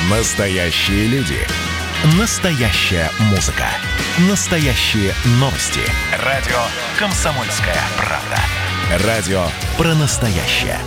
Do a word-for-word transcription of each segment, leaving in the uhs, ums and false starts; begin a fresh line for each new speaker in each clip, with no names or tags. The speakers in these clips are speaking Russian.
Настоящие люди. Настоящая музыка. Настоящие новости. Радио «Комсомольская правда». Радио про настоящее.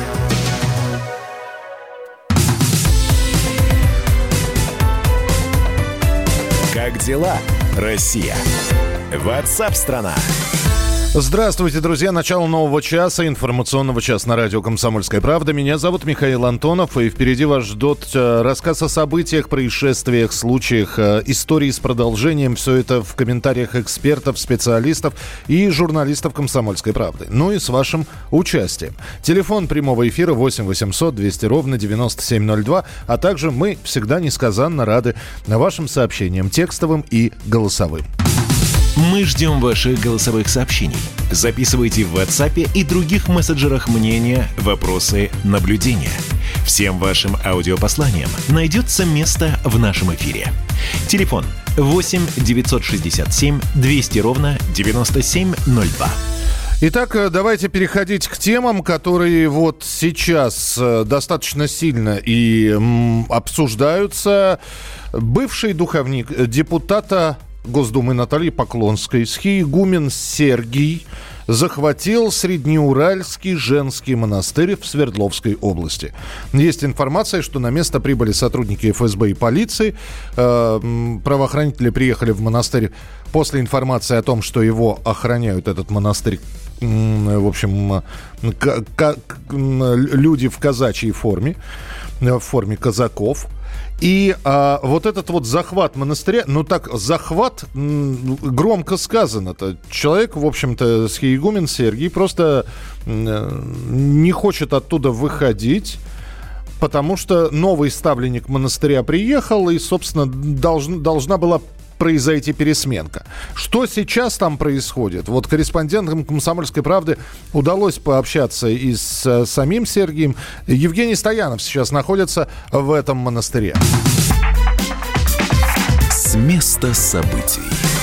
Как дела, Россия? Ватсап-страна!
Здравствуйте, друзья. Начало нового часа, информационного часа на радио «Комсомольская правда». Меня зовут Михаил Антонов, и впереди вас ждет рассказ о событиях, происшествиях, случаях, истории с продолжением. Все это в комментариях экспертов, специалистов и журналистов «Комсомольской правды». Ну и с вашим участием. Телефон прямого эфира восемь восемьсот двести ровно девяносто семь ноль два, а также мы всегда несказанно рады вашим сообщениям, текстовым и голосовым.
Мы ждем ваших голосовых сообщений. Записывайте в WhatsApp и других мессенджерах мнения, вопросы, наблюдения. Всем вашим аудиопосланиям найдется место в нашем эфире. Телефон восемь девятьсот шестьдесят семь двести ровно девяносто семь ноль два.
Итак, давайте переходить к темам, которые вот сейчас достаточно сильно и м, обсуждаются. Бывший духовник депутата Госдумы Натальи Поклонской, схиегумен Сергий, захватил Среднеуральский женский монастырь в Свердловской области. Есть информация, что на место прибыли сотрудники эф эс бэ и полиции. Э, правоохранители приехали в монастырь после информации о том, что его охраняют, этот монастырь, э, в общем, к- к- люди в казачьей форме, в форме казаков. И а, вот этот вот захват монастыря, ну так, захват, м, громко сказано-то. Человек, в общем-то, схиегумен Сергий просто м, не хочет оттуда выходить, потому что новый ставленник монастыря приехал, и, собственно, должна, должна была произойти пересменка. Что сейчас там происходит? Вот корреспондентам «Комсомольской правды» удалось пообщаться и с э, самим Сергием. Евгений Стоянов сейчас находится в этом монастыре.
С места событий.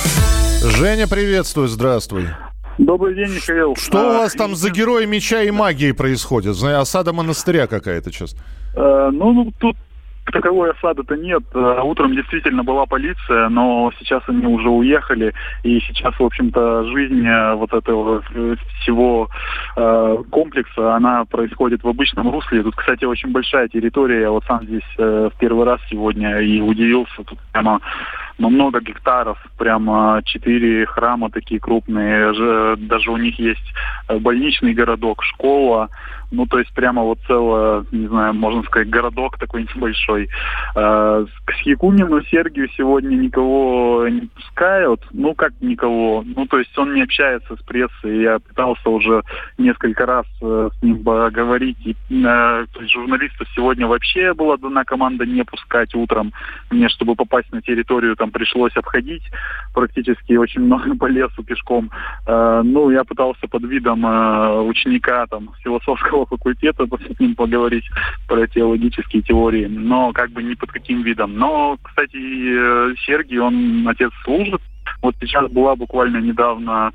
Женя, приветствую, здравствуй.
Добрый день, Михаил.
Что
а,
у вас там за герои меча и магии происходит? Знаю, осада монастыря какая-то сейчас.
А, ну, ну, тут таковой осады-то нет. А, утром действительно была полиция, но сейчас они уже уехали, и сейчас, в общем-то, жизнь вот этого всего э, комплекса, она происходит в обычном русле. Тут, кстати, очень большая территория. Я вот сам здесь э, в первый раз сегодня и удивился. Тут прямо ну, много гектаров, прямо четыре храма такие крупные. Даже у них есть больничный городок, школа. Ну, то есть прямо вот целый, не знаю, можно сказать, городок такой небольшой. К схиегумену Сергию сегодня никого не пускают. Ну, как никого? Ну, то есть он не общается с прессой. Я пытался уже несколько раз с ним поговорить. И, то есть журналистов сегодня вообще была дана команда не пускать утром. Мне, чтобы попасть на территорию, там пришлось обходить практически очень много по лесу пешком. Ну, я пытался под видом ученика там философского факультета с ним поговорить про теологические теории, но как бы ни под каким видом. Но, кстати, Сергий, он отец служит. Вот сейчас была буквально недавно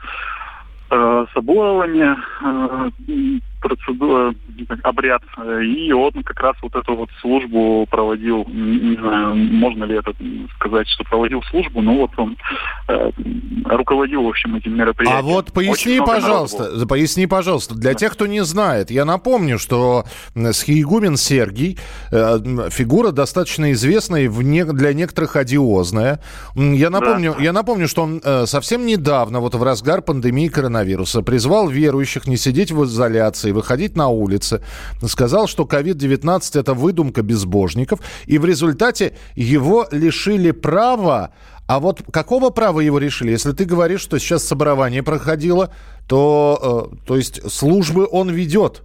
э, соборование, э, процедура, обряд, и он как раз вот эту вот службу проводил, не знаю, можно ли это сказать, что проводил службу, но вот он э, руководил, в общем, этим мероприятием.
А вот поясни, пожалуйста, поясни, пожалуйста, для да. тех, кто не знает, я напомню, что схиегумен Сергий э, фигура достаточно известная, в не, для некоторых одиозная. Я напомню, да. я напомню, что он э, совсем недавно, вот в разгар пандемии коронавируса, призвал верующих не сидеть в изоляции, выходить на улицы. Сказал, что ковид девятнадцать – это выдумка безбожников, и в результате его лишили права. А вот какого права его решили? Если ты говоришь, что сейчас соборование проходило, то, э, то есть службы он ведет.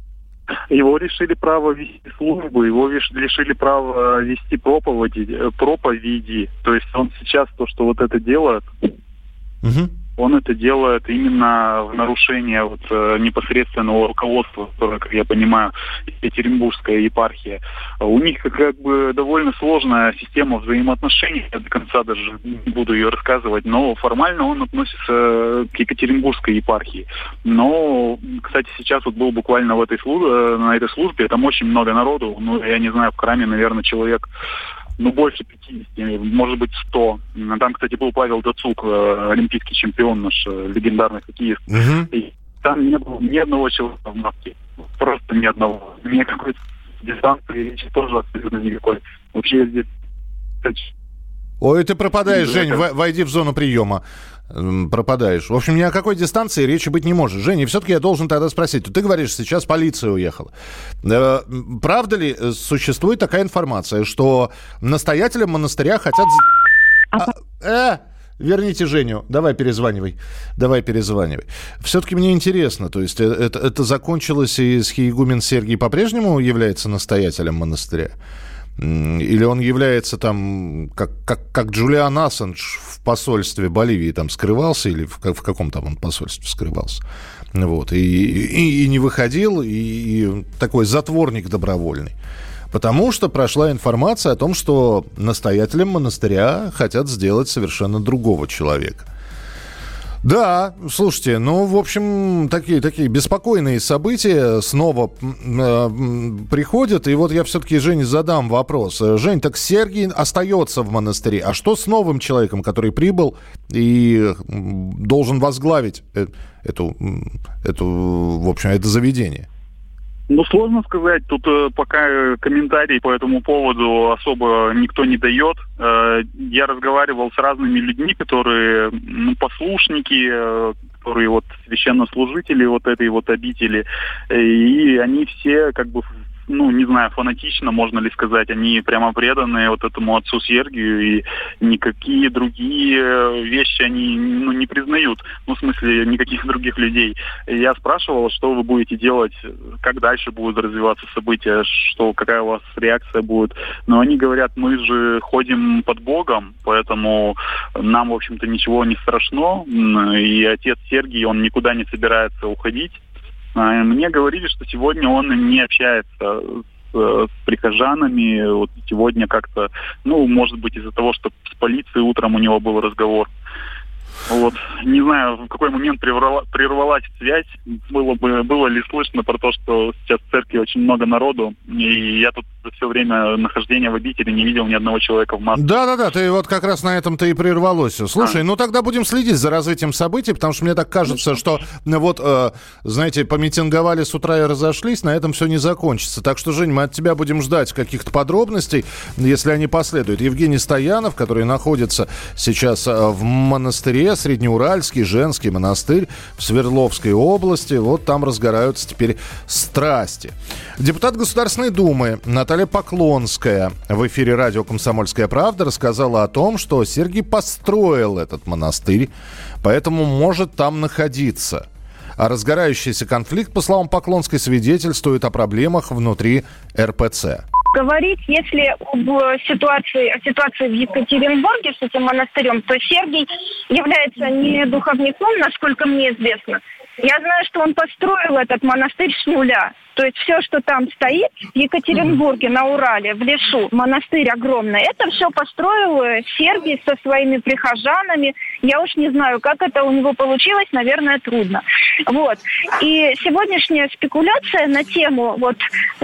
Его решили право вести службу, его лишили права вести проповеди, проповеди. То есть он сейчас то, что вот это делает.
Угу.
он это делает именно в нарушение вот, непосредственного руководства, которое, как я понимаю, Екатеринбургская епархия. У них как бы довольно сложная система взаимоотношений, я до конца даже не буду ее рассказывать, но формально он относится к Екатеринбургской епархии. Но, кстати, сейчас вот был буквально в этой службе, на этой службе, там очень много народу, ну, я не знаю, в храме, наверное, человек, ну, больше пятьдесят, может быть, сто. Там, кстати, был Павел Дацук, олимпийский чемпион наш, легендарный хоккеист. Uh-huh. И там не было ни одного человека в маске. Просто ни одного. Никакой дистанции речи тоже абсолютно никакой. Вообще здесь...
Ой, ты пропадаешь, Жень, это... войди в зону приема. Пропадаешь. В общем, ни о какой дистанции речи быть не может. Женя, и все-таки я должен тогда спросить. Ты говоришь, сейчас полиция уехала. Правда ли существует такая информация, что настоятелям монастыря хотят... А, э, верните Женю. Давай перезванивай. Давай перезванивай. Все-таки мне интересно. То есть это, это закончилось, и схиегумен Сергий по-прежнему является настоятелем монастыря? Или он является там, как, как, как Джулиан Ассанж в посольстве Боливии там скрывался, или в, в каком там он посольстве скрывался, вот, и, и, и не выходил, и, и такой затворник добровольный. Потому что прошла информация о том, что настоятелем монастыря хотят сделать совершенно другого человека. Да, слушайте, ну, в общем, такие, такие беспокойные события снова э, приходят. И вот я все-таки Жене задам вопрос. Жень, так Сергий остается в монастыре. А что с новым человеком, который прибыл и должен возглавить эту, эту, в общем, это заведение?
Ну, сложно сказать. Тут э, пока комментарий по этому поводу особо никто не дает. Э, я разговаривал с разными людьми, которые ну, послушники, э, которые вот священнослужители вот этой вот обители. Э, и они все как бы... ну, не знаю, фанатично, можно ли сказать, они прямо преданы вот этому отцу Сергию, и никакие другие вещи они ну, не признают, ну, в смысле, никаких других людей. И я спрашивал, что вы будете делать, как дальше будут развиваться события, что, какая у вас реакция будет. Но они говорят, мы же ходим под Богом, поэтому нам, в общем-то, ничего не страшно, и отец Сергий, он никуда не собирается уходить. Мне говорили, что сегодня он не общается с, с прихожанами. Вот сегодня как-то, ну, может быть, из-за того, что с полицией утром у него был разговор. Вот. Не знаю, в какой момент прервала, прервалась связь. Было бы, было ли слышно про то, что сейчас в церкви очень много народу, и я тут за все время нахождения в обители не видел ни одного человека в маске.
Да-да-да, ты вот как раз на этом-то и прервалось. Слушай, а. ну тогда будем следить за развитием событий, потому что мне так кажется, ну, что вот, э, знаете, помитинговали с утра и разошлись, на этом все не закончится. Так что, Жень, мы от тебя будем ждать каких-то подробностей, если они последуют. Евгений Стоянов, который находится сейчас в монастыре, Среднеуральский женский монастырь в Свердловской области. Вот там разгораются теперь страсти. Депутат Государственной Думы Наталья Поклонская в эфире радио «Комсомольская правда» рассказала о том, что Сергий построил этот монастырь, поэтому может там находиться. А разгорающийся конфликт, по словам Поклонской, свидетельствует о проблемах внутри эр пэ цэ.
Говорить, если об ситуации, о ситуации в Екатеринбурге с этим монастырем, то Сергий является не духовником, насколько мне известно. Я знаю, что он построил этот монастырь с нуля. То есть все, что там стоит в Екатеринбурге, на Урале, в лесу, монастырь огромный, это все построил Сергий со своими прихожанами. Я уж не знаю, как это у него получилось, наверное, трудно. Вот. И сегодняшняя спекуляция на тему вот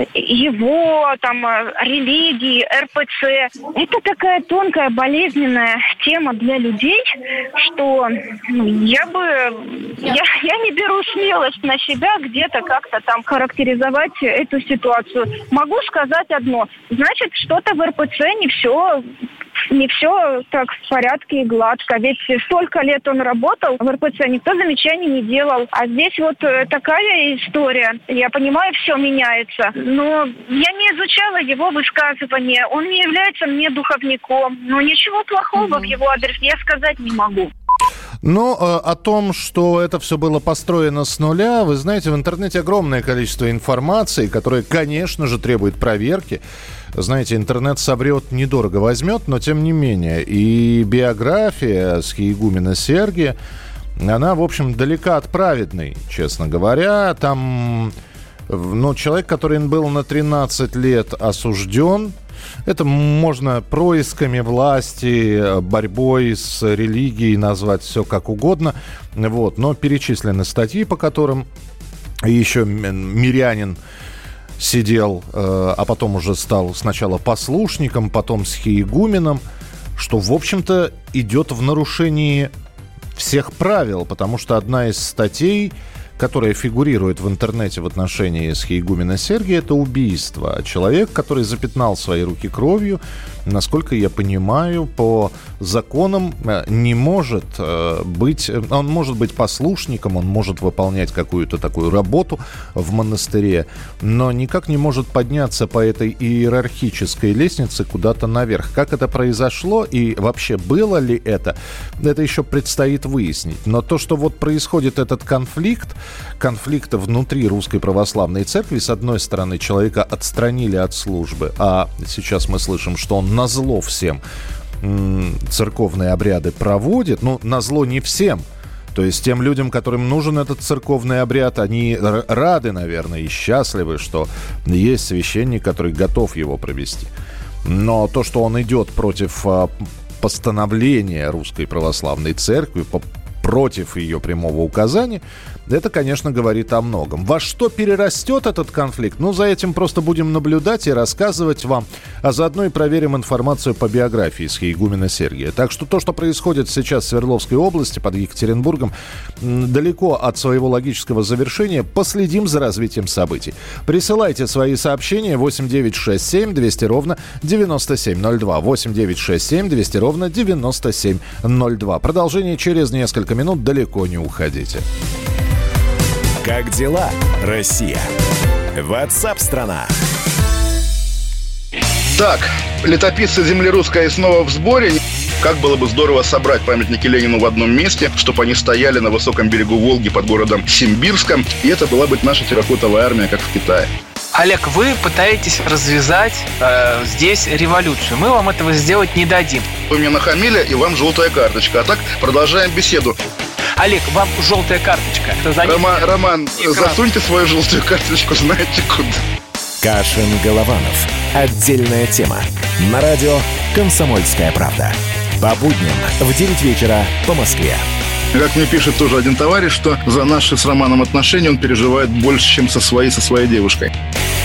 его, там, религии, эр пэ цэ, это такая тонкая, болезненная тема для людей, что ну, я бы, я, я не беру смелость на себя где-то как-то там характеризовать эту ситуацию. Могу сказать одно. Значит, что-то в эр пэ цэ не все, не все так в порядке и гладко. Ведь столько лет он работал в эр пэ цэ, никто замечаний не делал. А здесь вот такая история. Я понимаю, все меняется. Но я не изучала его высказывания. Он не является мне духовником. Но ничего плохого mm-hmm. в его адрес я сказать не могу.
Но э, о том, что это все было построено с нуля, вы знаете, в интернете огромное количество информации, которая, конечно же, требует проверки. Знаете, интернет соврет, недорого возьмет, но тем не менее. И биография схиегумена Сергия, она, в общем, далека от праведной, честно говоря. Там, ну, человек, который был на тринадцать лет осужден, это можно происками власти, борьбой с религией назвать все как угодно. Вот. Но перечислены статьи, по которым еще мирянин сидел, а потом уже стал сначала послушником, потом схиегуменом, что, в общем-то, идет в нарушении всех правил, потому что одна из статей, которая фигурирует в интернете в отношении схиегумена Сергия, это убийство. А человек, который запятнал свои руки кровью, насколько я понимаю, по законам не может быть... Он может быть послушником, он может выполнять какую-то такую работу в монастыре, но никак не может подняться по этой иерархической лестнице куда-то наверх. Как это произошло и вообще было ли это, это еще предстоит выяснить. Но то, что вот происходит этот конфликт, конфликта внутри Русской Православной Церкви, с одной стороны, человека отстранили от службы, а сейчас мы слышим, что он назло всем м- церковные обряды проводит. Ну, назло не всем. То есть тем людям, которым нужен этот церковный обряд, они р- рады, наверное, и счастливы, что есть священник, который готов его провести. Но то, что он идет против а, постановления Русской Православной Церкви, по против ее прямого указания, это, конечно, говорит о многом. Во что перерастет этот конфликт? Ну, за этим просто будем наблюдать и рассказывать вам, а заодно и проверим информацию по биографии схиегумена Сергия. Так что то, что происходит сейчас в Свердловской области под Екатеринбургом, далеко от своего логического завершения. Последим за развитием событий. Присылайте свои сообщения восемь девятьсот шестьдесят семь двести ровно девяносто семь ноль два. восемь девятьсот шестьдесят семь двести ровно девяносто семь ноль два. Продолжение через несколько минут. Далеко не уходите.
Как дела, Россия? Ватсап-страна!
Так, летописцы земли русской снова в сборе. Как было бы здорово собрать памятники Ленину в одном месте, чтобы они стояли на высоком берегу Волги под городом Симбирском. И это была бы наша терракотовая армия, как в Китае.
Олег, вы пытаетесь развязать э, здесь революцию. Мы вам этого сделать не дадим.
Вы мне нахамили, и вам желтая карточка. А так продолжаем беседу.
Олег, вам желтая карточка.
Роман, Роман засуньте свою желтую карточку, знаете куда.
Кашин-Голованов. Отдельная тема. На радио «Комсомольская правда». По будням в девять вечера по Москве.
Как мне пишет тоже один товарищ, что за наши с Романом отношения он переживает больше, чем со своей, со своей девушкой.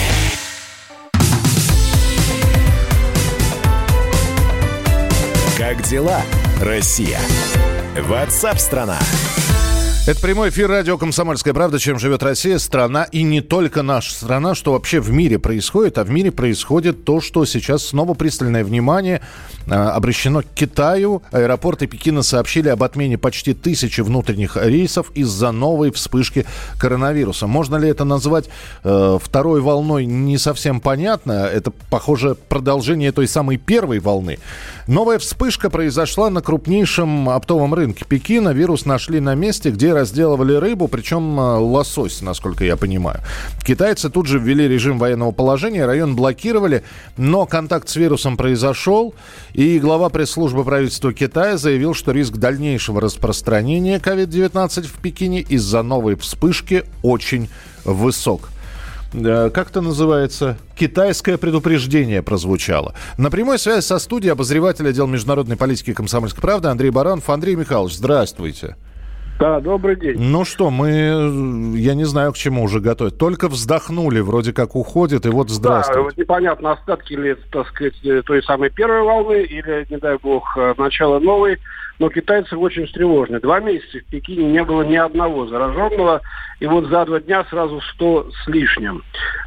Как дела, Россия? Ватсап-страна!
Это прямой эфир радио «Комсомольская правда». Чем живет Россия, страна, и не только наша страна, что вообще в мире происходит. А в мире происходит то, что сейчас снова пристальное внимание э, обращено к Китаю. Аэропорты Пекина сообщили об отмене почти тысячи внутренних рейсов из-за новой вспышки коронавируса. Можно ли это назвать э, второй волной, не совсем понятно. Это, похоже, продолжение той самой первой волны. Новая вспышка произошла на крупнейшем оптовом рынке Пекина. Вирус нашли на месте, где разделывали рыбу, причем лосось, насколько я понимаю. Китайцы тут же ввели режим военного положения, район блокировали, но контакт с вирусом произошел, и глава пресс-службы правительства Китая заявил, что риск дальнейшего распространения ковид девятнадцать в Пекине из-за новой вспышки очень высок. Как это называется? Китайское предупреждение прозвучало. На прямой связи со студией обозреватель отдела международной политики «Комсомольской правды» Андрей Баранов. Андрей Михайлович, здравствуйте.
Да, добрый день.
Ну что, мы, я не знаю, к чему уже готовить. Только вздохнули, вроде как уходит, и вот здравствуйте.
Да, непонятно, остатки ли, так сказать, той самой первой волны, или, не дай бог, начало новой. Но китайцы очень встревожены. Два месяца в Пекине не было ни одного зараженного, и вот за два дня сразу сто с лишним.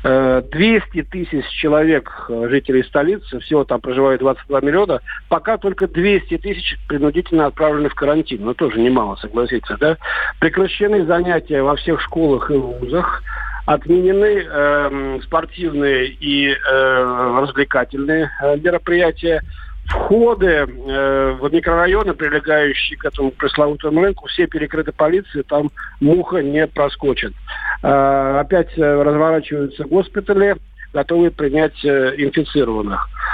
двести тысяч человек, жителей столицы, всего там проживает двадцать два миллиона, пока только двести тысяч принудительно отправлены в карантин. Ну, тоже немало, согласитесь, да? Прекращены занятия во всех школах и вузах. Отменены э, спортивные и э, развлекательные э, мероприятия. Входы э, в микрорайоны, прилегающие к этому пресловутому рынку, все перекрыты полицией, там муха не проскочит. Э, опять э, разворачиваются госпитали, готовые принять э, инфицированных.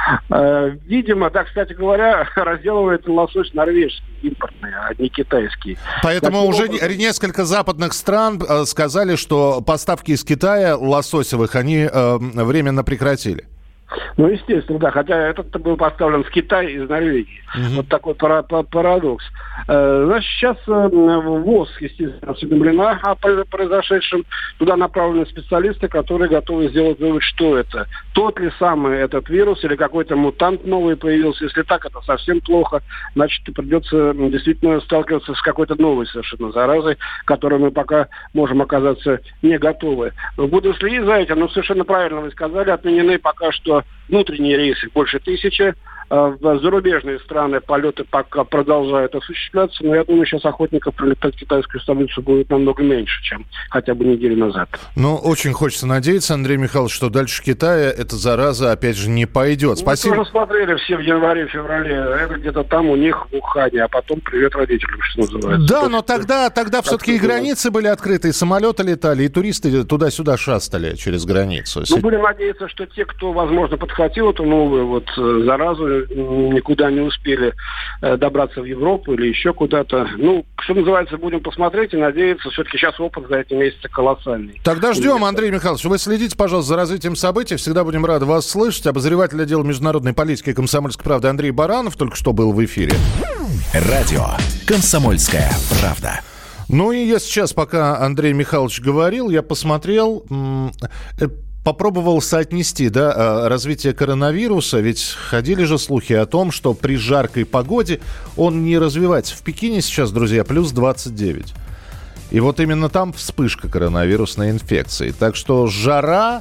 Видимо, да, кстати говоря, разделывает лосось норвежский, импортный, а не китайский.
Поэтому
Таким
уже
образом...
несколько западных стран сказали, что поставки из Китая лососевых они э, временно прекратили.
Ну, естественно, да, хотя этот был поставлен в Китай из Норвегии. Mm-hmm. Вот такой пара- парадокс. Значит, сейчас ВОЗ, естественно, осведомлена о произошедшем. Туда направлены специалисты, которые готовы сделать вывод, что это. Тот ли самый этот вирус или какой-то мутант новый появился. Если так, это совсем плохо. Значит, придется действительно сталкиваться с какой-то новой совершенно заразой, которой мы пока можем оказаться не готовы. Будем следить за этим, но совершенно правильно вы сказали, отменены пока что внутренние рейсы больше тысячи. В зарубежные страны полеты пока продолжают осуществляться, но я думаю, сейчас охотников прилетать в китайскую столицу будет намного меньше, чем хотя бы неделю назад.
Ну, очень хочется надеяться, Андрей Михайлович, что дальше Китая эта зараза, опять же, не пойдет. Спасибо.
Мы тоже смотрели все в январе-феврале. Это где-то там у них в Ухане, а потом привет родителям, что называется.
Да, но тогда, тогда все-таки и границы были открыты, и самолеты летали, и туристы туда-сюда шастали через границу.
Ну, будем надеяться, что те, кто, возможно, подхватил эту новую вот заразу, никуда не успели добраться в Европу или еще куда-то. Ну, что называется, будем посмотреть и надеяться. Все-таки сейчас опыт за эти месяцы колоссальный.
Тогда ждем, Андрей Михайлович. Вы следите, пожалуйста, за развитием событий. Всегда будем рады вас слышать. Обозреватель отдела международной политики «Комсомольской правды» Андрей Баранов только что был в эфире.
Радио «Комсомольская правда».
Ну и я сейчас, пока Андрей Михайлович говорил, я посмотрел... М- Попробовал соотнести, да, развитие коронавируса, ведь ходили же слухи о том, что при жаркой погоде он не развивается. В Пекине сейчас, друзья, плюс двадцать девять. И вот именно там вспышка коронавирусной инфекции. Так что жара,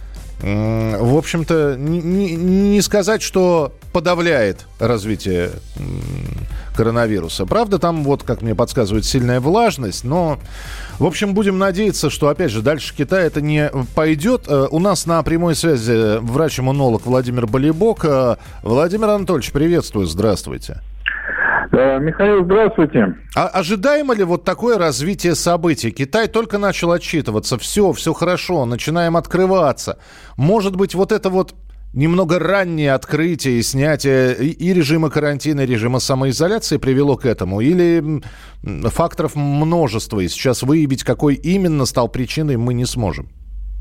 в общем-то, не, не сказать, что подавляет развитие коронавируса. Правда, там, вот, как мне подсказывает, сильная влажность, но, в общем, будем надеяться, что, опять же, дальше Китай это не пойдет. У нас на прямой связи врач-иммунолог Владимир Болибок. Владимир Анатольевич, приветствую, здравствуйте.
Михаил, здравствуйте.
А ожидаемо ли вот такое развитие событий? Китай только начал отчитываться, все, все хорошо, начинаем открываться. Может быть, вот это вот немного раннее открытие и снятие и режима карантина, и режима самоизоляции привело к этому? Или факторов множество, и сейчас выявить, какой именно стал причиной, мы не сможем?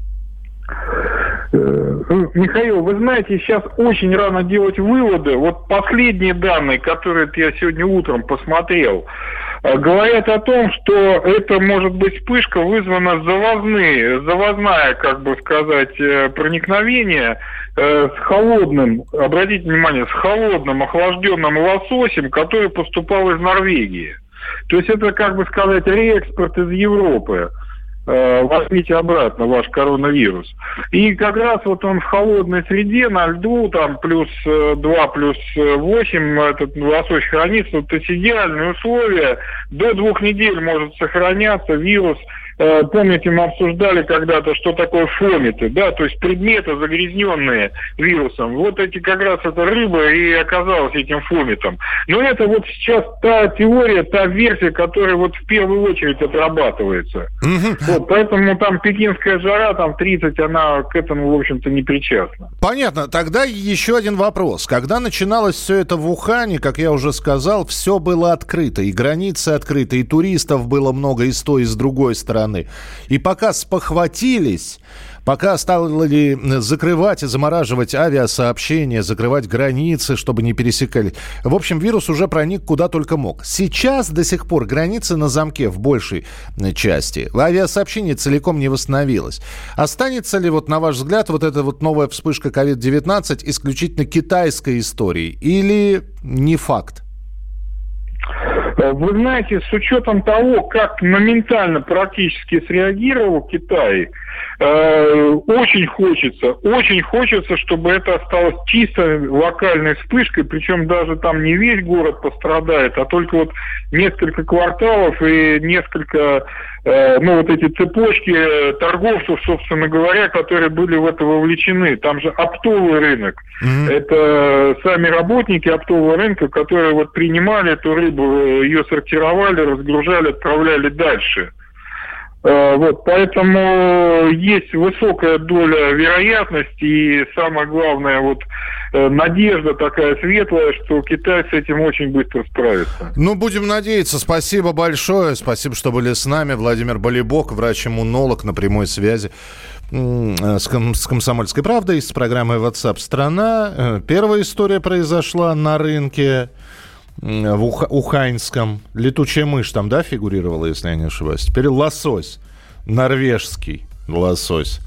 Михаил, вы знаете, сейчас очень рано делать выводы. Вот последние данные, которые я сегодня утром посмотрел, говорят о том, что это может быть вспышка, вызвана завозные, завозная, как бы сказать, проникновение э, с холодным, обратите внимание, с холодным охлажденным лососем, который поступал из Норвегии. То есть это, как бы сказать, реэкспорт из Европы. Возьмите обратно ваш коронавирус. И как раз вот он в холодной среде, на льду, там плюс два, плюс восемь, этот лосось хранится. Вот это идеальные условия. До двух недель может сохраняться вирус. Помните, мы обсуждали когда-то, что такое фомиты, да, то есть предметы, загрязненные вирусом. Вот эти как раз эта рыба и оказалась этим фомитом. Но это вот сейчас та теория, та версия, которая вот в первую очередь отрабатывается. Mm-hmm. Вот, поэтому там пекинская жара, там тридцать, она к этому, в общем-то, не причастна.
Понятно. Тогда еще один вопрос. Когда начиналось все это в Ухане, как я уже сказал, все было открыто. И границы открыты, и туристов было много и с той, и с другой стороны. И пока спохватились, пока стали закрывать и замораживать авиасообщения, закрывать границы, чтобы не пересекали, в общем, вирус уже проник куда только мог. Сейчас до сих пор границы на замке в большей части. Авиасообщение целиком не восстановилось. Останется ли, вот на ваш взгляд, вот эта вот новая вспышка ковид девятнадцать исключительно китайской историей или не факт?
Вы знаете, с учетом того, как моментально практически среагировал Китай, э, очень хочется, очень хочется, чтобы это осталось чисто локальной вспышкой, причем даже там не весь город пострадает, а только вот несколько кварталов и несколько, э, ну вот эти цепочки торговцев, собственно говоря, которые были в это вовлечены. Там же оптовый рынок. Mm-hmm. Это сами работники оптового рынка, которые вот принимали эту рыбу, ее сортировали, разгружали, отправляли дальше. Вот, поэтому есть высокая доля вероятности и, самое главное, вот надежда такая светлая, что Китай с этим очень быстро справится.
Ну, будем надеяться. Спасибо большое. Спасибо, что были с нами. Владимир Болибок, врач-иммунолог на прямой связи с, ком- с «Комсомольской правдой», с программой WhatsApp страна. Первая история произошла на рынке в Ух- Уханьском. Летучая мышь там, да, фигурировала, если я не ошибаюсь. Теперь лосось. Норвежский лосось.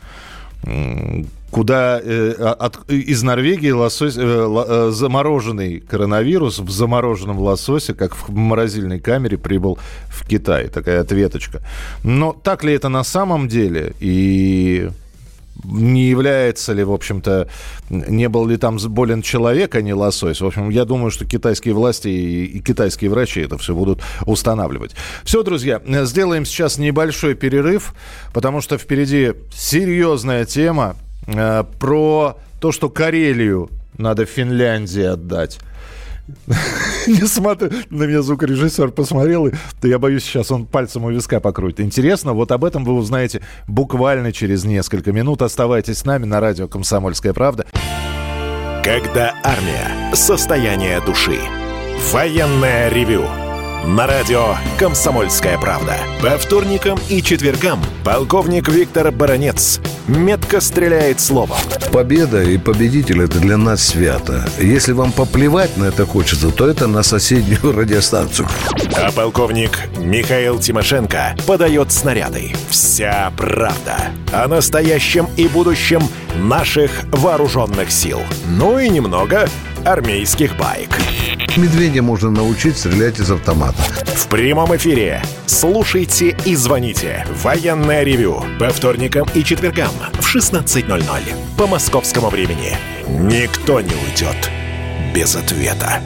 Куда э, от, из Норвегии лосось, э, э, замороженный коронавирус в замороженном лососе, как в морозильной камере, прибыл в Китай. Такая ответочка. Но так ли это на самом деле? И не является ли, в общем-то, не был ли там болен человек, а не лосось? В общем, я думаю, что китайские власти и, и китайские врачи это все будут устанавливать. Все, друзья, сделаем сейчас небольшой перерыв, потому что впереди серьезная тема э, про то, что Карелию надо Финляндии отдать. Не смотри, на меня звукорежиссер посмотрел, и я боюсь, сейчас он пальцем у виска покрутит. Интересно, вот об этом вы узнаете буквально через несколько минут. Оставайтесь с нами на радио «Комсомольская правда».
Когда армия. Состояние души. Военное ревю. На радио «Комсомольская правда». По вторникам и четвергам полковник Виктор Баранец метко стреляет словом.
Победа и победитель – это для нас свято. Если вам поплевать на это хочется, то это на соседнюю радиостанцию.
А полковник Михаил Тимошенко подает снаряды. Вся правда о настоящем и будущем наших вооруженных сил. Ну и немного армейских баек.
Медведя можно научить стрелять из автомата.
В прямом эфире слушайте и звоните. Военное ревю по вторникам и четвергам в шестнадцать ноль ноль по московскому времени. Никто не уйдет без ответа.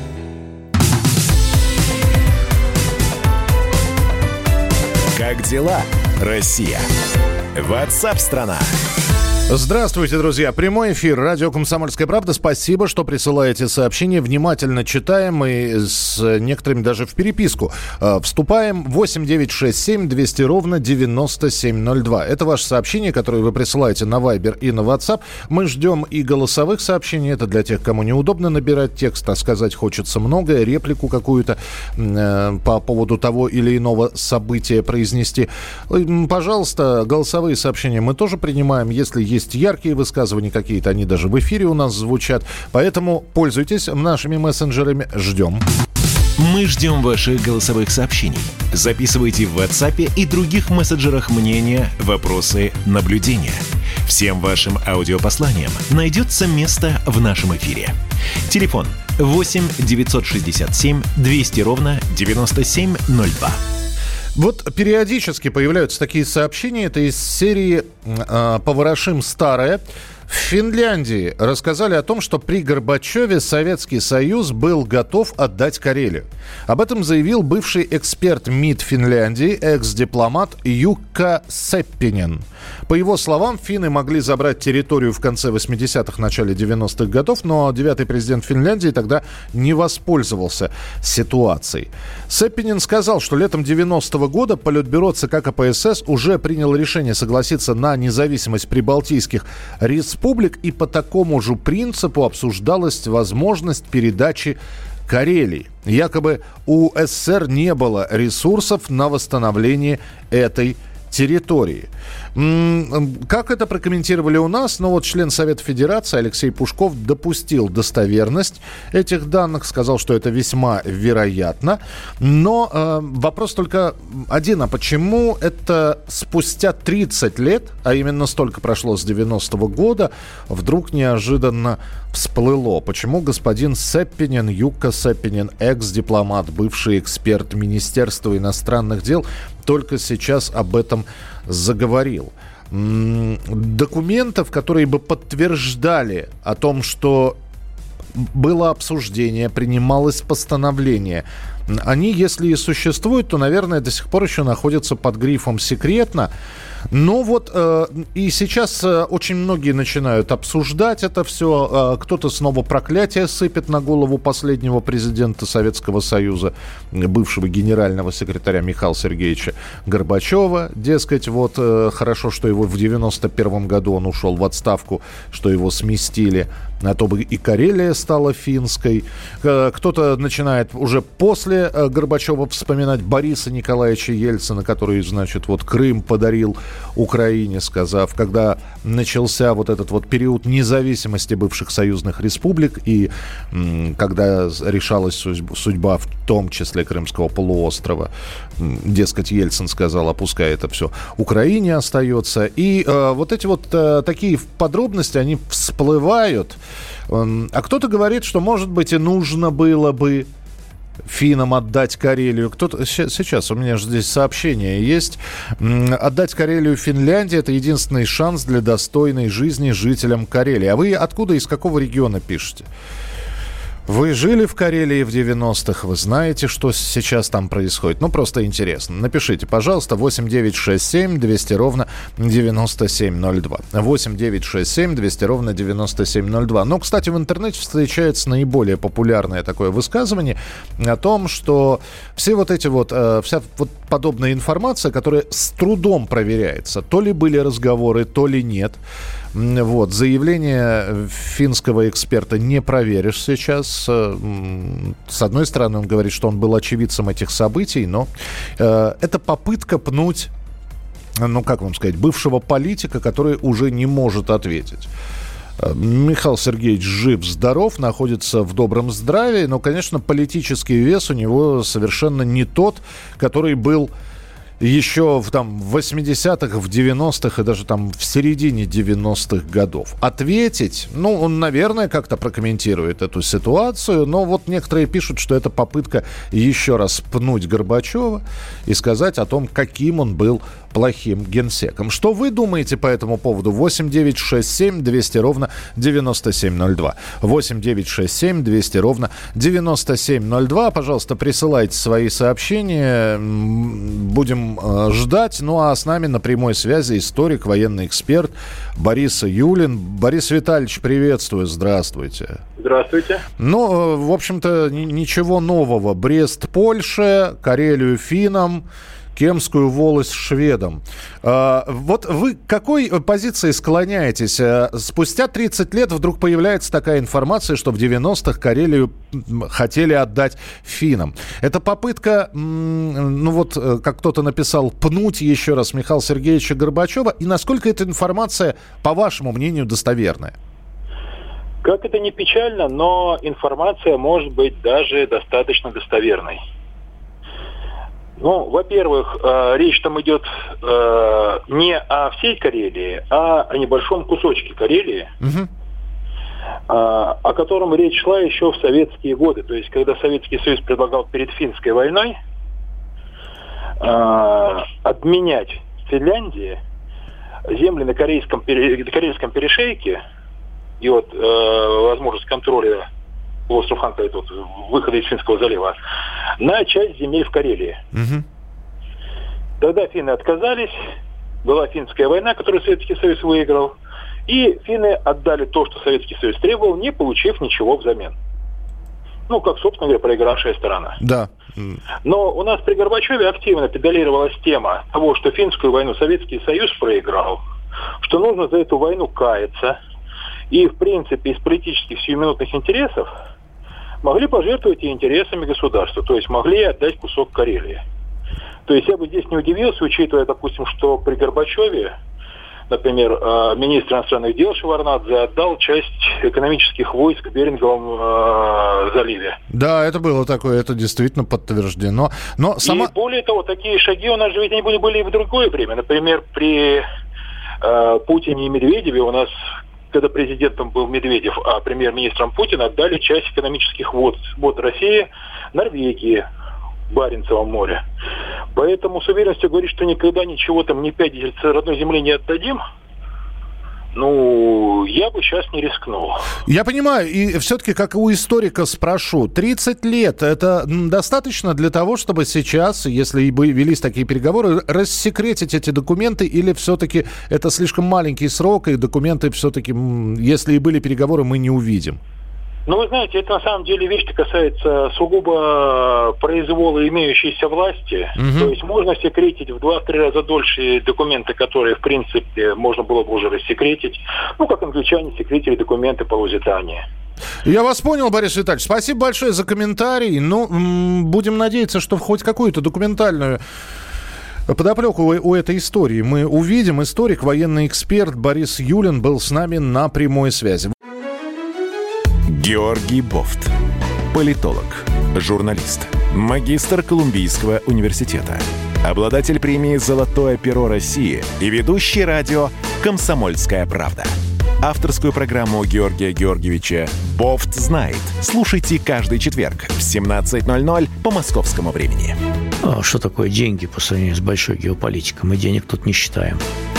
Как дела, Россия? WhatsApp-страна.
Здравствуйте, друзья. Прямой эфир. Радио «Комсомольская правда». Спасибо, что присылаете сообщения. Внимательно читаем и с некоторыми даже в переписку э, вступаем. восемь девятьсот шестьдесят семь двести ровно девяносто семь ноль два. Это ваше сообщение, которое вы присылаете на Viber и на WhatsApp. Мы ждем и голосовых сообщений. Это для тех, кому неудобно набирать текст, а сказать хочется многое, реплику какую-то э, по поводу того или иного события произнести. Пожалуйста, голосовые сообщения мы тоже принимаем. Если есть Есть яркие высказывания какие-то, они даже в эфире у нас звучат. Поэтому пользуйтесь нашими мессенджерами. Ждем.
Мы ждем ваших голосовых сообщений. Записывайте в WhatsApp и других мессенджерах мнения, вопросы, наблюдения. Всем вашим аудиопосланиям найдется место в нашем эфире. Телефон восемь девятьсот шестьдесят семь двести ровно девяносто семь ноль два.
Вот периодически появляются такие сообщения. Это из серии э, «Поворошим старое». В Финляндии рассказали о том, что при Горбачеве Советский Союз был готов отдать Карелию. Об этом заявил бывший эксперт МИД Финляндии, экс-дипломат Юкка Сеппинен. По его словам, финны могли забрать территорию в конце восьмидесятых, начале девяностых годов, но девятый президент Финляндии тогда не воспользовался ситуацией. Сеппинен сказал, что летом девяностого года Политбюро ЦК КПСС уже приняло решение согласиться на независимость прибалтийских республик, и по такому же принципу обсуждалась возможность передачи Карелии. Якобы у СССР не было ресурсов на восстановление этой территории. Как это прокомментировали у нас? Ну вот член Совета Федерации Алексей Пушков допустил достоверность этих данных, сказал, что это весьма вероятно. Но э, вопрос только один, а почему это спустя тридцать лет, а именно столько прошло с девяностого года, вдруг неожиданно всплыло? Почему господин Сеппинен, Юкка Сеппинен, экс-дипломат, бывший эксперт Министерства иностранных дел, только сейчас об этом заговорил? Документов, которые бы подтверждали о том, что было обсуждение, принималось постановление, они, если и существуют, то, наверное, до сих пор еще находятся под грифом «секретно». Ну вот, э, и сейчас э, очень многие начинают обсуждать это все. Э, кто-то снова проклятие сыпет на голову последнего президента Советского Союза, бывшего генерального секретаря Михаила Сергеевича Горбачева. Дескать, вот э, хорошо, что его в девяносто первом году он ушел в отставку, что его сместили, а то бы и Карелия стала финской. Э, кто-то начинает уже после э, Горбачева вспоминать Бориса Николаевича Ельцина, который, значит, вот Крым подарил Украине, сказав, когда начался вот этот вот период независимости бывших союзных республик и м, когда решалась судьба в том числе Крымского полуострова, м, дескать, Ельцин сказал, а пускай это все Украине остается. И э, вот эти вот э, такие подробности, они всплывают. Э, а кто-то говорит, что, может быть, и нужно было бы финнам отдать Карелию. Кто-то сейчас, у меня же здесь сообщение есть. Отдать Карелию Финляндии — это единственный шанс для достойной жизни жителям Карелии. А вы откуда, из какого региона пишете? Вы жили в Карелии в девяностых, вы знаете, что сейчас там происходит. Ну, просто интересно. Напишите, пожалуйста, восемь девятьсот шестьдесят семь двести ровно девяносто семь ноль два. восемь девятьсот шестьдесят семь двести ровно девяносто семь ноль два. Но, кстати, в интернете встречается наиболее популярное такое высказывание о том, что все вот эти вот, э, вся вот подобная информация, которая с трудом проверяется, то ли были разговоры, то ли нет. Вот, заявление финского эксперта не проверишь сейчас. С одной стороны, он говорит, что он был очевидцем этих событий, но э, это попытка пнуть, ну, как вам сказать, бывшего политика, который уже не может ответить. Михаил Сергеевич жив-здоров, находится в добром здравии, но, конечно, политический вес у него совершенно не тот, который был еще в там, восьмидесятых, в девяностых и даже там в середине девяностых годов. Ответить, ну, он, наверное, как-то прокомментирует эту ситуацию, но вот некоторые пишут, что это попытка еще раз пнуть Горбачева и сказать о том, каким он был плохим генсеком. Что вы думаете по этому поводу? восемь девятьсот шестьдесят семь двести ровно девяносто семь ноль два. восемь девятьсот шестьдесят семь двести ровно девяносто семь ноль два. Пожалуйста, присылайте свои сообщения. Будем э, ждать. Ну а с нами на прямой связи историк, военный эксперт Борис Юлин. Борис Витальевич, приветствую. Здравствуйте.
Здравствуйте.
Ну, в общем-то, ничего нового. Брест Польше, Карелию финнам, Кемскую волость шведам. А, вот вы к какой позиции склоняетесь? Спустя тридцать лет вдруг появляется такая информация, что в девяностых Карелию хотели отдать финнам. Это попытка, ну вот, как кто-то написал, пнуть еще раз Михаила Сергеевича Горбачева. И насколько эта информация, по вашему мнению, достоверная?
Как это ни печально, но информация может быть даже достаточно достоверной. Ну, во-первых, э, речь там идет э, не о всей Карелии, а о небольшом кусочке Карелии, угу. э, о котором речь шла еще в советские годы. То есть, когда Советский Союз предлагал перед Финской войной э, обменять Финляндии земли на корейском, пере, корейском перешейке и вот э, возможность контроля остров Ханка, это вот выхода из Финского залива, на часть земель в Карелии. Угу. Тогда финны отказались, была финская война, которую Советский Союз выиграл, и финны отдали то, что Советский Союз требовал, не получив ничего взамен. Ну, как, собственно говоря, проигравшая сторона.
Да.
Но у нас при Горбачеве активно педалировалась тема того, что финскую войну Советский Союз проиграл, что нужно за эту войну каяться, и, в принципе, из политических сиюминутных интересов могли пожертвовать и интересами государства, то есть могли отдать кусок Карелии. То есть я бы здесь не удивился, учитывая, допустим, что при Горбачеве, например, министр иностранных дел Шеварднадзе отдал часть экономических войск в Беринговом э, заливе.
Да, это было такое, это действительно подтверждено. Но сама...
И более того, такие шаги у нас же ведь они были, были и в другое время. Например, при э, Путине и Медведеве у нас, когда президентом был Медведев, а премьер-министром Путин, отдали часть экономических вод, вод России Норвегии в Баренцевом море. Поэтому с уверенностью говорить, что никогда ничего там, ни пять родной земли не отдадим, ну, я бы сейчас не рискнул.
Я понимаю, и все-таки, как у историка спрошу, тридцать лет – это достаточно для того, чтобы сейчас, если бы велись такие переговоры, рассекретить эти документы, или все-таки это слишком маленький срок, и документы все-таки, если и были переговоры, мы не увидим?
Ну, вы знаете, это на самом деле вещь касается сугубо произвола имеющейся власти. Угу. То есть можно секретить в два-три раза дольше документы, которые, в принципе, можно было бы уже рассекретить. Ну, как англичане секретили документы по Лузитании.
Я вас понял, Борис Витальевич. Спасибо большое за комментарий. Ну, м- будем надеяться, что хоть какую-то документальную подоплеку у этой истории мы увидим. Историк, военный эксперт Борис Юлин был с нами на прямой связи.
Георгий Бофт. Политолог, журналист, магистр Колумбийского университета, обладатель премии «Золотое перо России» и ведущий радио «Комсомольская правда». Авторскую программу Георгия Георгиевича «Бофт знает». Слушайте каждый четверг в семнадцать ноль ноль по московскому времени.
А что такое деньги по сравнению с большой геополитикой? Мы денег тут не считаем.